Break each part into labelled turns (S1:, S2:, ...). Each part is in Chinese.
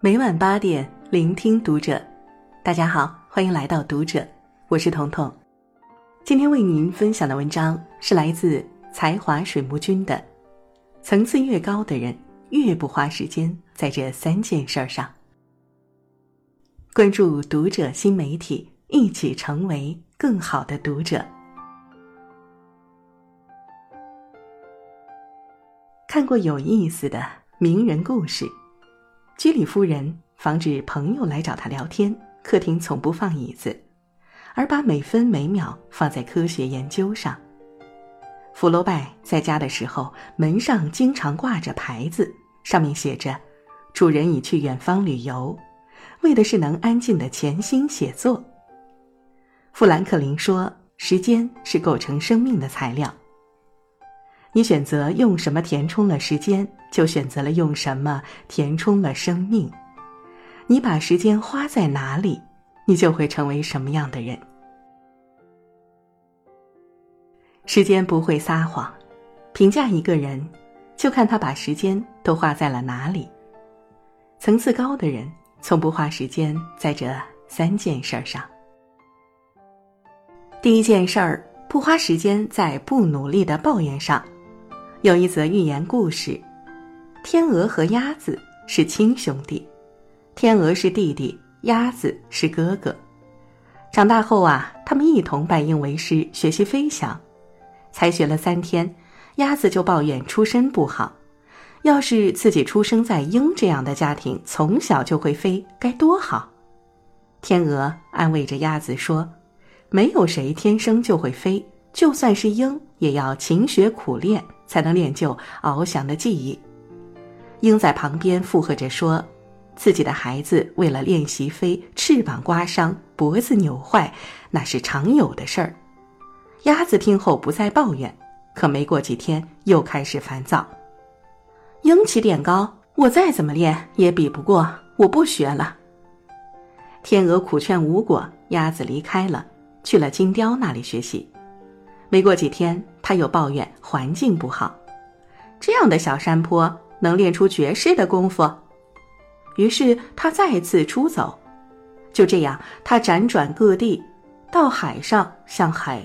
S1: 每晚8点，聆听读者。大家好，欢迎来到读者，我是彤彤。今天为您分享的文章是来自才华水木君的层次越高的人，越不花时间在这3件事上。关注读者新媒体，一起成为更好的读者。看过有意思的名人故事，居里夫人防止朋友来找她聊天，客厅从不放椅子，而把每分每秒放在科学研究上。福楼拜在家的时候，门上经常挂着牌子，上面写着主人已去远方旅游，为的是能安静地潜心写作。富兰克林说，时间是构成生命的材料，你选择用什么填充了时间，就选择了用什么填充了生命。你把时间花在哪里，你就会成为什么样的人。时间不会撒谎，评价一个人，就看他把时间都花在了哪里。层次高的人，从不花时间在这3件事上。第一件事儿，不花时间在不努力的抱怨上。有一则寓言故事，天鹅和鸭子是亲兄弟，天鹅是弟弟，鸭子是哥哥。长大后他们一同拜鹰为师，学习飞翔。才学了3天，鸭子就抱怨出身不好，要是自己出生在鹰这样的家庭，从小就会飞，该多好。天鹅安慰着鸭子说，没有谁天生就会飞，就算是鹰，也要勤学苦练，才能练就翱翔的技艺。鹰在旁边附和着说，自己的孩子为了练习飞，翅膀刮伤，脖子扭坏，那是常有的事儿。鸭子听后不再抱怨，可没过几天又开始烦躁。鹰起点高，我再怎么练也比不过，我不学了。天鹅苦劝无果，鸭子离开了，去了金雕那里学习。没过几天，他又抱怨环境不好，这样的小山坡能练出绝世的功夫？于是他再次出走。就这样，他辗转各地，到海上向海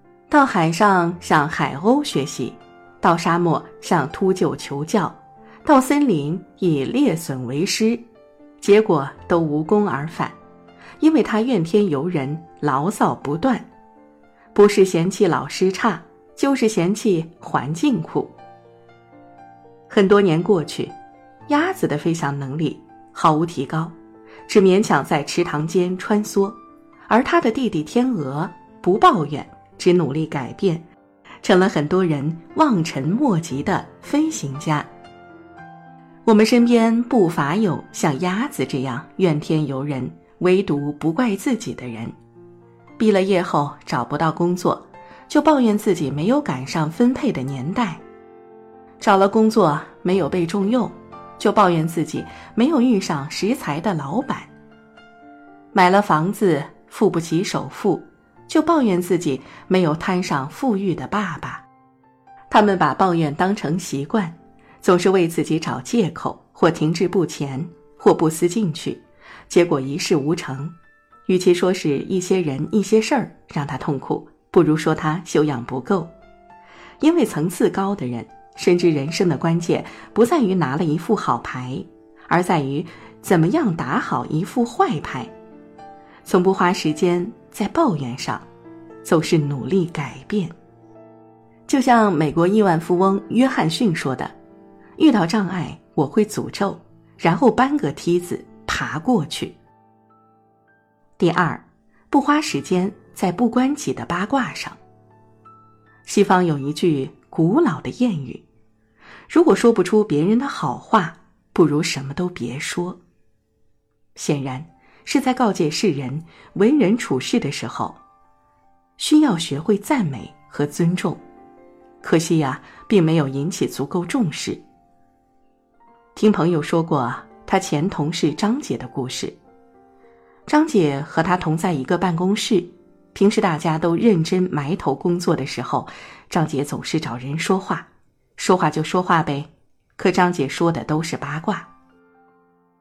S1: 鸥学习，到沙漠向秃鹫求教，到森林以猎隼为师，结果都无功而返，因为他怨天尤人，牢骚不断，不是嫌弃老师差，就是嫌弃环境苦。很多年过去，鸭子的飞翔能力毫无提高，只勉强在池塘间穿梭，而他的弟弟天鹅不抱怨，只努力改变，成了很多人望尘莫及的飞行家。我们身边不乏有像鸭子这样怨天尤人，唯独不怪自己的人。毕了业后找不到工作，就抱怨自己没有赶上分配的年代；找了工作没有被重用，就抱怨自己没有遇上识才的老板；买了房子付不起首付，就抱怨自己没有摊上富裕的爸爸。他们把抱怨当成习惯，总是为自己找借口，或停滞不前，或不思进取，结果一事无成。与其说是一些人一些事儿让他痛苦，不如说他修养不够。因为层次高的人深知人生的关键不在于拿了一副好牌，而在于怎么样打好一副坏牌。从不花时间在抱怨上，总是努力改变。就像美国亿万富翁约翰逊说的，遇到障碍我会诅咒，然后搬个梯子爬过去。第二，不花时间在不关己的八卦上。西方有一句古老的谚语，如果说不出别人的好话，不如什么都别说。显然是在告诫世人为人处事的时候，需要学会赞美和尊重。可惜并没有引起足够重视。听朋友说过他前同事张姐的故事。张姐和他同在一个办公室，平时大家都认真埋头工作的时候，张姐总是找人说话，说话就说话呗，可张姐说的都是八卦。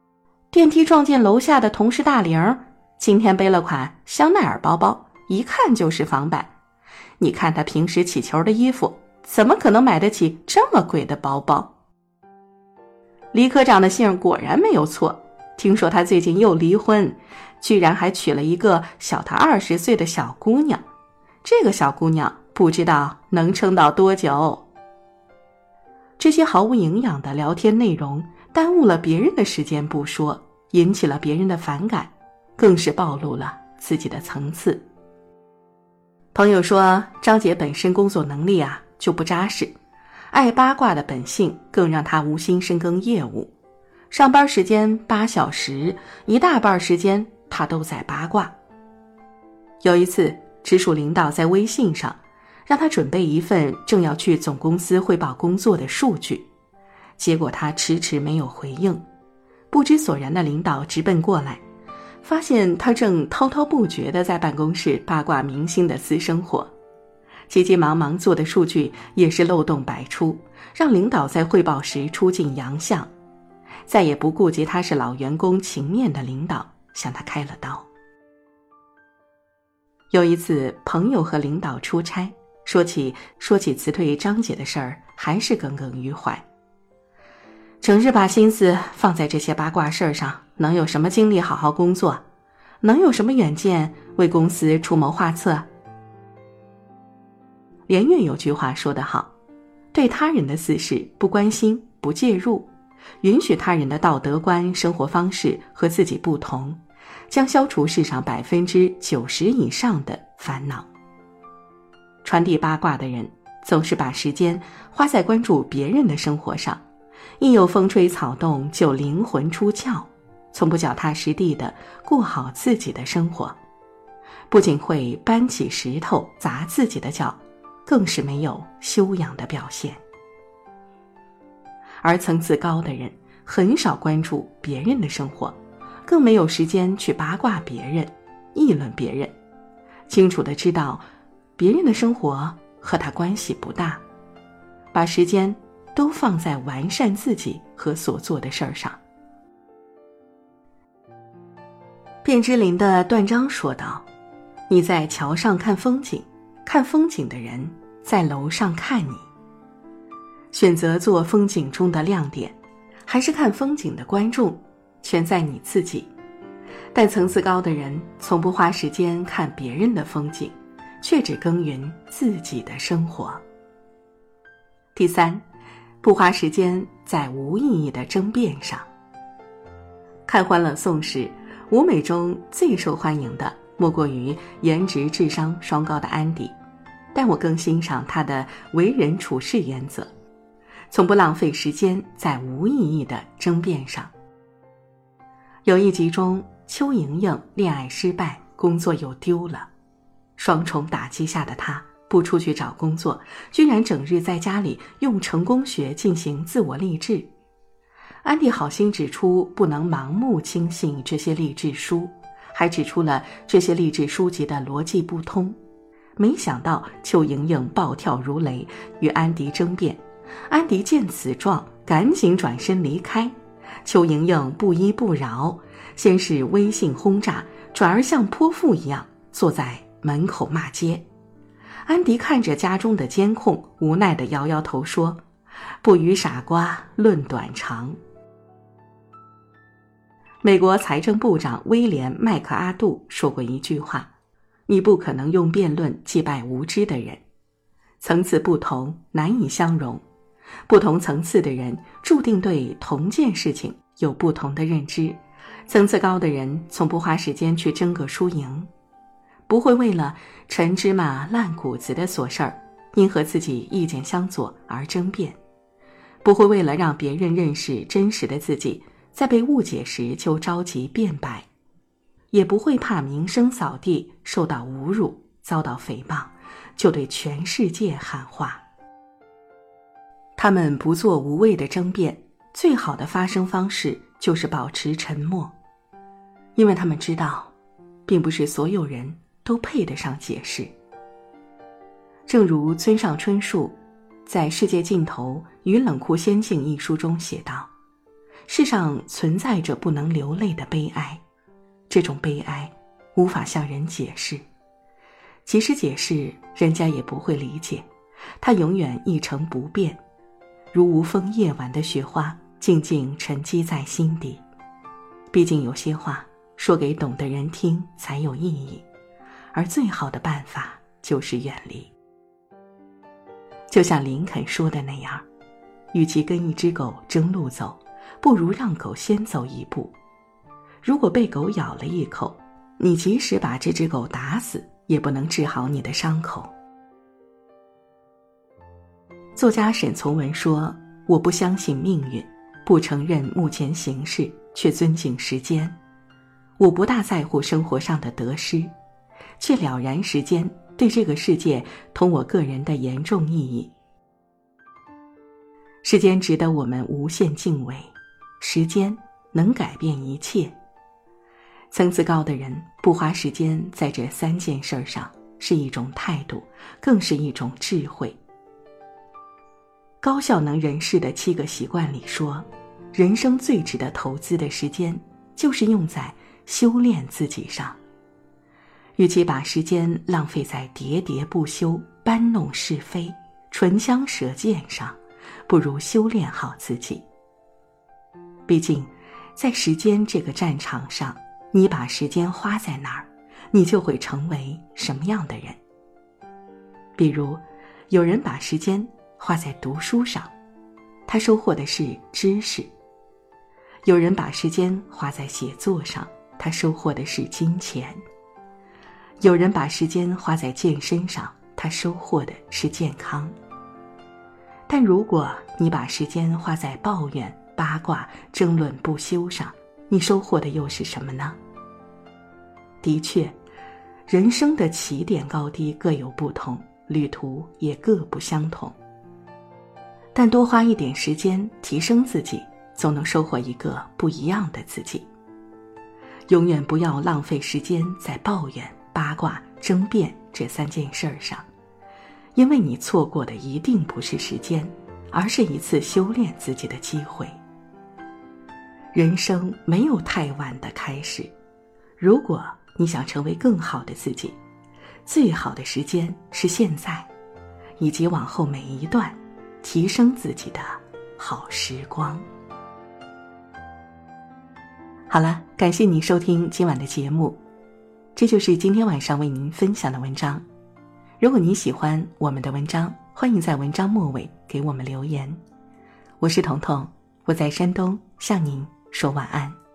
S1: 电梯撞见楼下的同事大玲，今天背了款香奈儿包包，一看就是仿版。你看他平时起球的衣服，怎么可能买得起这么贵的包包？李科长的姓果然没有错，听说他最近又离婚，居然还娶了一个小他20岁的小姑娘。这个小姑娘不知道能撑到多久。这些毫无营养的聊天内容耽误了别人的时间不说，引起了别人的反感，更是暴露了自己的层次。朋友说张姐本身工作能力就不扎实，爱八卦的本性更让她无心深耕业务。上班时间8小时，一大半时间她都在八卦。有一次，直属领导在微信上让他准备一份正要去总公司汇报工作的数据，结果他迟迟没有回应。不知所然的领导直奔过来，发现他正滔滔不绝地在办公室八卦明星的私生活，急急忙忙做的数据也是漏洞百出，让领导在汇报时出尽洋相，再也不顾及他是老员工情面的领导向他开了刀。有一次，朋友和领导出差，说起辞退张姐的事儿，还是耿耿于怀。整日把心思放在这些八卦事儿上，能有什么精力好好工作？能有什么远见为公司出谋划策？连岳有句话说得好，对他人的私事不关心不介入，允许他人的道德观生活方式和自己不同，将消除世上90%以上的烦恼。传递八卦的人总是把时间花在关注别人的生活上，一有风吹草动就灵魂出窍，从不脚踏实地地过好自己的生活，不仅会搬起石头砸自己的脚，更是没有修养的表现。而层次高的人很少关注别人的生活，更没有时间去八卦别人，议论别人，清楚地知道别人的生活和他关系不大，把时间都放在完善自己和所做的事儿上。卞之琳的断章说道，你在桥上看风景，看风景的人在楼上看你。选择做风景中的亮点，还是看风景的观众，全在你自己。但层次高的人从不花时间看别人的风景，却只耕耘自己的生活。第三，不花时间在无意义的争辩上。看《欢乐颂》时，舞美中最受欢迎的莫过于颜值智商双高的安迪，但我更欣赏他的为人处事原则，从不浪费时间在无意义的争辩上。有一集中，邱莹莹恋爱失败，工作又丢了，双重打击下的她不出去找工作，居然整日在家里用成功学进行自我励志。安迪好心指出不能盲目轻信这些励志书，还指出了这些励志书籍的逻辑不通。没想到邱莹莹暴跳如雷，与安迪争辩，安迪见此状赶紧转身离开，邱莹莹不依不饶，先是微信轰炸，转而像泼妇一样坐在门口骂街。安迪看着家中的监控，无奈地摇摇头说，不与傻瓜论短长。美国财政部长威廉·麦克阿杜说过一句话，你不可能用辩论击败无知的人。层次不同，难以相容，不同层次的人注定对同件事情有不同的认知。层次高的人从不花时间去争个输赢，不会为了陈芝麻烂谷子的琐事儿因和自己意见相左而争辩，不会为了让别人认识真实的自己，在被误解时就着急辩白，也不会怕名声扫地，受到侮辱，遭到诽谤，就对全世界喊话。他们不做无谓的争辩，最好的发声方式就是保持沉默，因为他们知道，并不是所有人都配得上解释。正如村上春树在《世界尽头与冷酷仙境》一书中写道， 世上存在着不能流泪的悲哀，这种悲哀无法向人解释，即使解释，人家也不会理解，它永远一成不变，如无风夜晚的雪花，静静沉积在心底。毕竟有些话说给懂的人听才有意义，而最好的办法就是远离。就像林肯说的那样，与其跟一只狗争路走，不如让狗先走一步。如果被狗咬了一口，你即使把这只狗打死，也不能治好你的伤口。作家沈从文说，我不相信命运，不承认目前形势，却尊敬时间。我不大在乎生活上的得失，却了然时间对这个世界同我个人的严重意义。时间值得我们无限敬畏，时间能改变一切。层次高的人不花时间在这3件事上，是一种态度，更是一种智慧。高效能人士的7个习惯里说，人生最值得投资的时间，就是用在修炼自己上。与其把时间浪费在喋喋不休、搬弄是非、唇枪舌剑上，不如修炼好自己。毕竟，在时间这个战场上，你把时间花在哪儿，你就会成为什么样的人。比如，有人把时间花在读书上，他收获的是知识；有人把时间花在写作上，他收获的是金钱；有人把时间花在健身上，他收获的是健康。但如果你把时间花在抱怨、八卦、争论不休上，你收获的又是什么呢？的确，人生的起点高低各有不同，旅途也各不相同。但多花一点时间提升自己，总能收获一个不一样的自己。永远不要浪费时间在抱怨、八卦、争辩这3件事上，因为你错过的一定不是时间，而是一次修炼自己的机会。人生没有太晚的开始，如果你想成为更好的自己，最好的时间是现在，以及往后每一段提升自己的好时光。好了，感谢你收听今晚的节目，这就是今天晚上为您分享的文章。如果你喜欢我们的文章，欢迎在文章末尾给我们留言。我是彤彤，我在山东向您说晚安。